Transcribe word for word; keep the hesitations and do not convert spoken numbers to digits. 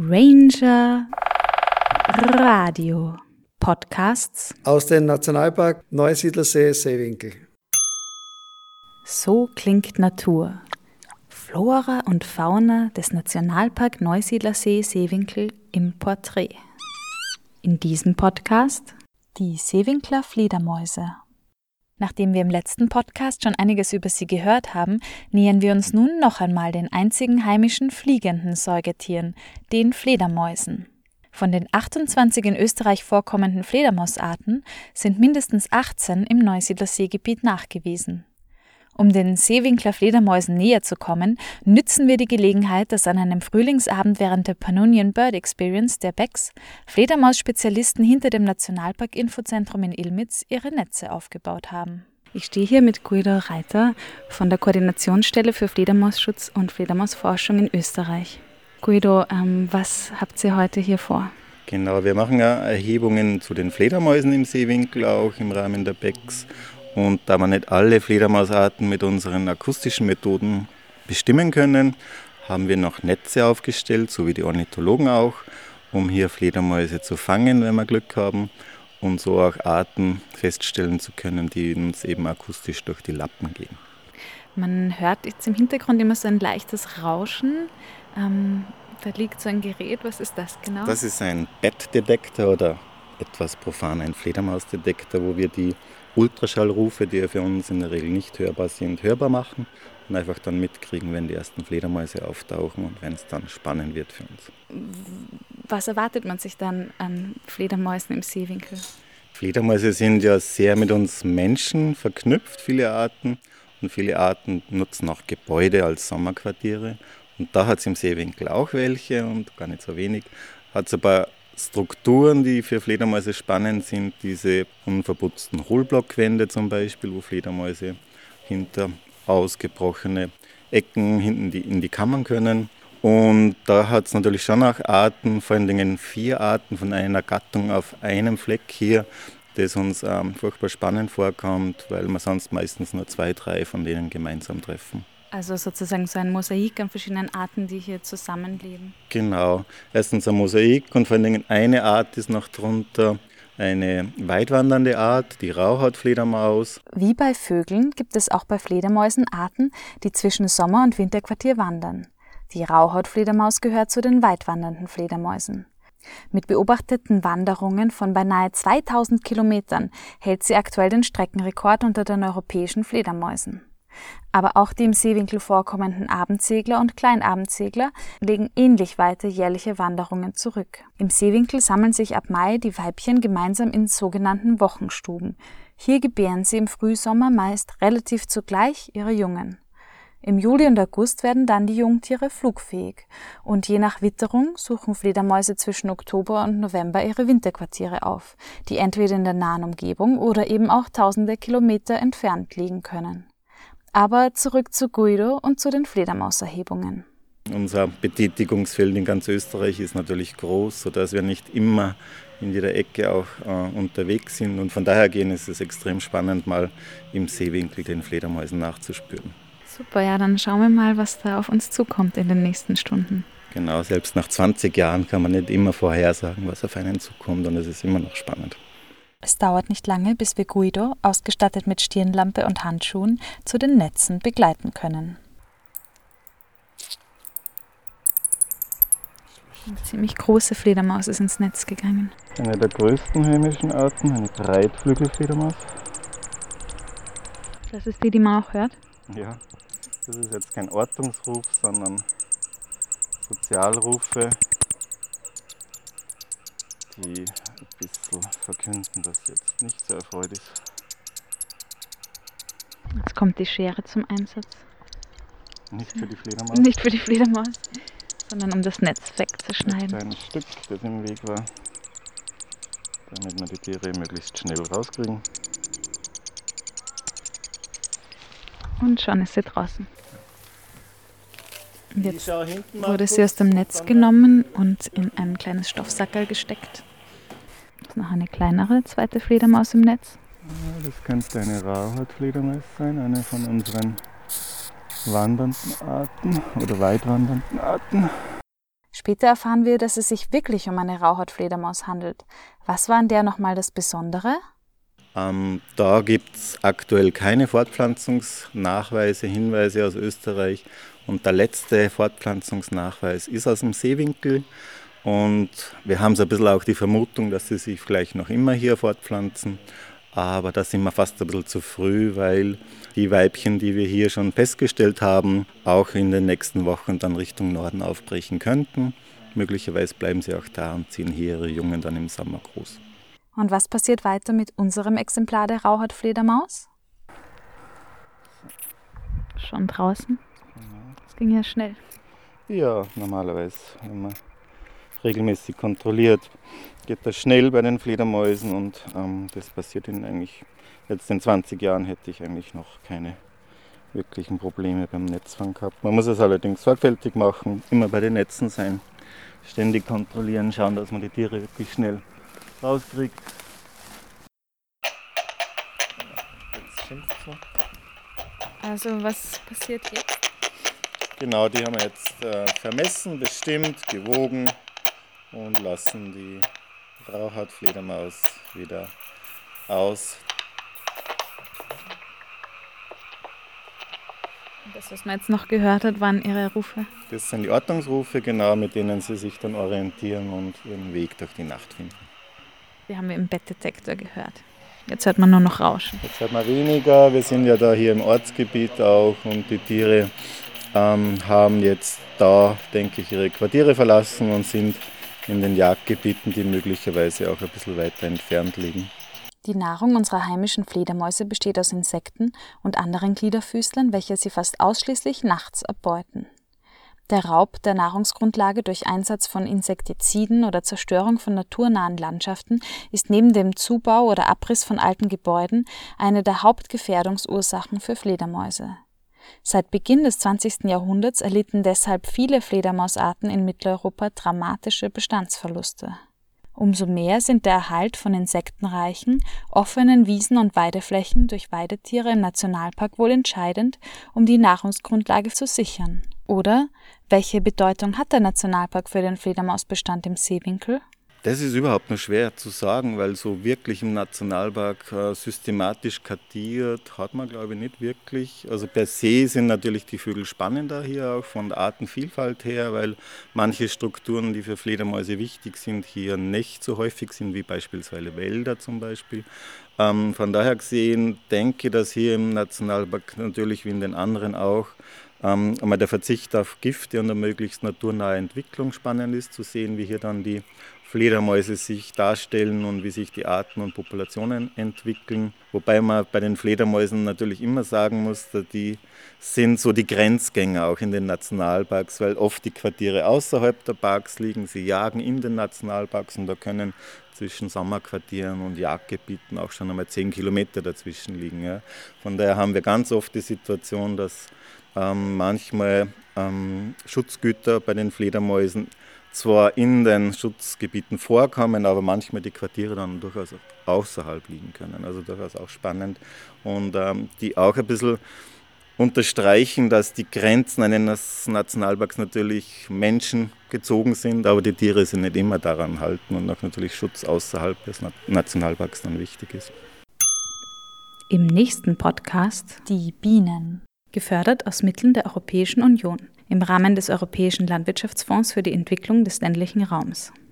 Ranger Radio Podcasts aus dem Nationalpark Neusiedlersee Seewinkel. So klingt Natur. Flora und Fauna des Nationalpark Neusiedlersee Seewinkel im Porträt. In diesem Podcast die Seewinkler Fledermäuse. Nachdem wir im letzten Podcast schon einiges über sie gehört haben, nähern wir uns nun noch einmal den einzigen heimischen fliegenden Säugetieren, den Fledermäusen. Von den achtundzwanzig in Österreich vorkommenden Fledermausarten sind mindestens achtzehn im Neusiedlerseegebiet nachgewiesen. Um den Seewinkler Fledermäusen näher zu kommen, nützen wir die Gelegenheit, dass an einem Frühlingsabend während der Pannonian Bird Experience der B E X Fledermaus-Spezialisten hinter dem Nationalpark-Infozentrum in Ilmitz ihre Netze aufgebaut haben. Ich stehe hier mit Guido Reiter von der Koordinationsstelle für Fledermausschutz und Fledermausforschung in Österreich. Guido, ähm, was habt ihr heute hier vor? Genau, wir machen ja Erhebungen zu den Fledermäusen im Seewinkel, auch im Rahmen der B E X. Und da wir nicht alle Fledermausarten mit unseren akustischen Methoden bestimmen können, haben wir noch Netze aufgestellt, so wie die Ornithologen auch, um hier Fledermäuse zu fangen, wenn wir Glück haben, und so auch Arten feststellen zu können, die uns eben akustisch durch die Lappen gehen. Man hört jetzt im Hintergrund immer so ein leichtes Rauschen. Ähm, da liegt so ein Gerät. Was ist das genau? Das ist ein Bat-Detektor oder etwas profan ein Fledermausdetektor, wo wir die Ultraschallrufe, die ja für uns in der Regel nicht hörbar sind, hörbar machen und einfach dann mitkriegen, wenn die ersten Fledermäuse auftauchen und wenn es dann spannend wird für uns. Was erwartet man sich dann an Fledermäusen im Seewinkel? Fledermäuse sind ja sehr mit uns Menschen verknüpft, viele Arten. Und viele Arten nutzen auch Gebäude als Sommerquartiere. Und da hat es im Seewinkel auch welche und gar nicht so wenig. Hat es ein paar Strukturen, die für Fledermäuse spannend sind, diese unverputzten Hohlblockwände zum Beispiel, wo Fledermäuse hinter ausgebrochene Ecken hinten die, in die Kammern können. Und da hat es natürlich schon auch Arten, vor allen Dingen vier Arten von einer Gattung auf einem Fleck hier, das uns ähm, furchtbar spannend vorkommt, weil wir sonst meistens nur zwei, drei von denen gemeinsam treffen. Also sozusagen so ein Mosaik an verschiedenen Arten, die hier zusammenleben. Genau. Erstens ein Mosaik und vor allen Dingen eine Art ist noch drunter, eine weitwandernde Art, die Rauhautfledermaus. Wie bei Vögeln gibt es auch bei Fledermäusen Arten, die zwischen Sommer- und Winterquartier wandern. Die Rauhautfledermaus gehört zu den weitwandernden Fledermäusen. Mit beobachteten Wanderungen von beinahe zweitausend Kilometern hält sie aktuell den Streckenrekord unter den europäischen Fledermäusen. Aber auch die im Seewinkel vorkommenden Abendsegler und Kleinabendsegler legen ähnlich weite jährliche Wanderungen zurück. Im Seewinkel sammeln sich ab Mai die Weibchen gemeinsam in sogenannten Wochenstuben. Hier gebären sie im Frühsommer meist relativ zugleich ihre Jungen. Im Juli und August werden dann die Jungtiere flugfähig und je nach Witterung suchen Fledermäuse zwischen Oktober und November ihre Winterquartiere auf, die entweder in der nahen Umgebung oder eben auch tausende Kilometer entfernt liegen können. Aber zurück zu Guido und zu den Fledermauserhebungen. Unser Betätigungsfeld in ganz Österreich ist natürlich groß, sodass wir nicht immer in jeder Ecke auch äh, unterwegs sind. Und von daher gehen ist es extrem spannend, mal im Seewinkel den Fledermäusen nachzuspüren. Super, ja, dann schauen wir mal, was da auf uns zukommt in den nächsten Stunden. Genau, selbst nach zwanzig Jahren kann man nicht immer vorhersagen, was auf einen zukommt, und es ist immer noch spannend. Es dauert nicht lange, bis wir Guido, ausgestattet mit Stirnlampe und Handschuhen, zu den Netzen begleiten können. Eine ziemlich große Fledermaus ist ins Netz gegangen. Eine der größten heimischen Arten, eine Breitflügelfledermaus. Das ist die, die man auch hört? Ja, das ist jetzt kein Ortungsruf, sondern Sozialrufe, die ein bisschen verkünden, dass jetzt nicht so erfreut ist. Jetzt kommt die Schere zum Einsatz. Nicht für die Fledermaus? Nicht für die Fledermaus, sondern um das Netz wegzuschneiden. Ein kleines Stück, das im Weg war, damit wir die Tiere möglichst schnell rauskriegen. Und schon ist sie draußen. Jetzt wurde sie aus dem Netz genommen und in ein kleines Stoffsackerl gesteckt. Das ist noch eine kleinere zweite Fledermaus im Netz. Das könnte eine Rauhautfledermaus sein, eine von unseren wandernden Arten oder weitwandernden Arten. Später erfahren wir, dass es sich wirklich um eine Rauhautfledermaus handelt. Was war an der nochmal das Besondere? Ähm, da gibt es aktuell keine Fortpflanzungsnachweise, Hinweise aus Österreich. Und der letzte Fortpflanzungsnachweis ist aus dem Seewinkel. Und wir haben so ein bisschen auch die Vermutung, dass sie sich vielleicht noch immer hier fortpflanzen. Aber da sind wir fast ein bisschen zu früh, weil die Weibchen, die wir hier schon festgestellt haben, auch in den nächsten Wochen dann Richtung Norden aufbrechen könnten. Möglicherweise bleiben sie auch da und ziehen hier ihre Jungen dann im Sommer groß. Und was passiert weiter mit unserem Exemplar der Rauhautfledermaus? Schon draußen? Das ging ja schnell. Ja, normalerweise, wenn man regelmäßig kontrolliert, geht das schnell bei den Fledermäusen und ähm, das passiert ihnen eigentlich, jetzt in zwanzig Jahren hätte ich eigentlich noch keine wirklichen Probleme beim Netzfang gehabt. Man muss es allerdings sorgfältig machen, immer bei den Netzen sein, ständig kontrollieren, schauen, dass man die Tiere wirklich schnell rauskriegt. Jetzt schimpft so. Also was passiert jetzt? Genau, die haben wir jetzt äh, vermessen, bestimmt, gewogen und lassen die Rauhautfledermaus wieder aus. Das, was man jetzt noch gehört hat, waren Ihre Rufe? Das sind die Ortungsrufe, genau, mit denen sie sich dann orientieren und ihren Weg durch die Nacht finden. Die haben wir im Bettdetektor gehört. Jetzt hört man nur noch Rauschen. Jetzt hört man weniger, wir sind ja da hier im Ortsgebiet auch und die Tiere ähm, haben jetzt da, denke ich, ihre Quartiere verlassen und sind in den Jagdgebieten, die möglicherweise auch ein bisschen weiter entfernt liegen. Die Nahrung unserer heimischen Fledermäuse besteht aus Insekten und anderen Gliederfüßlern, welche sie fast ausschließlich nachts erbeuten. Der Raub der Nahrungsgrundlage durch Einsatz von Insektiziden oder Zerstörung von naturnahen Landschaften ist neben dem Zubau oder Abriss von alten Gebäuden eine der Hauptgefährdungsursachen für Fledermäuse. Seit Beginn des zwanzigsten Jahrhunderts erlitten deshalb viele Fledermausarten in Mitteleuropa dramatische Bestandsverluste. Umso mehr sind der Erhalt von insektenreichen, offenen Wiesen und Weideflächen durch Weidetiere im Nationalpark wohl entscheidend, um die Nahrungsgrundlage zu sichern. Oder welche Bedeutung hat der Nationalpark für den Fledermausbestand im Seewinkel? Das ist überhaupt nur schwer zu sagen, weil so wirklich im Nationalpark äh, systematisch kartiert hat man, glaube ich, nicht wirklich. Also per se sind natürlich die Vögel spannender hier auch von der Artenvielfalt her, weil manche Strukturen, die für Fledermäuse wichtig sind, hier nicht so häufig sind, wie beispielsweise Wälder zum Beispiel. Ähm, von daher gesehen denke ich, dass hier im Nationalpark natürlich wie in den anderen auch ähm, einmal der Verzicht auf Gifte und eine möglichst naturnahe Entwicklung spannend ist, zu sehen, wie hier dann die Fledermäuse sich darstellen und wie sich die Arten und Populationen entwickeln. Wobei man bei den Fledermäusen natürlich immer sagen muss, die sind so die Grenzgänger auch in den Nationalparks, weil oft die Quartiere außerhalb der Parks liegen. Sie jagen in den Nationalparks und da können zwischen Sommerquartieren und Jagdgebieten auch schon einmal zehn Kilometer dazwischen liegen. Ja. Von daher haben wir ganz oft die Situation, dass ähm, manchmal ähm, Schutzgüter bei den Fledermäusen zwar in den Schutzgebieten vorkommen, aber manchmal die Quartiere dann durchaus außerhalb liegen können. Also durchaus auch spannend und ähm, die auch ein bisschen unterstreichen, dass die Grenzen eines Nationalparks natürlich menschengezogen sind, aber die Tiere sind nicht immer daran halten und auch natürlich Schutz außerhalb des Nationalparks dann wichtig ist. Im nächsten Podcast die Bienen, gefördert aus Mitteln der Europäischen Union im Rahmen des Europäischen Landwirtschaftsfonds für die Entwicklung des ländlichen Raums.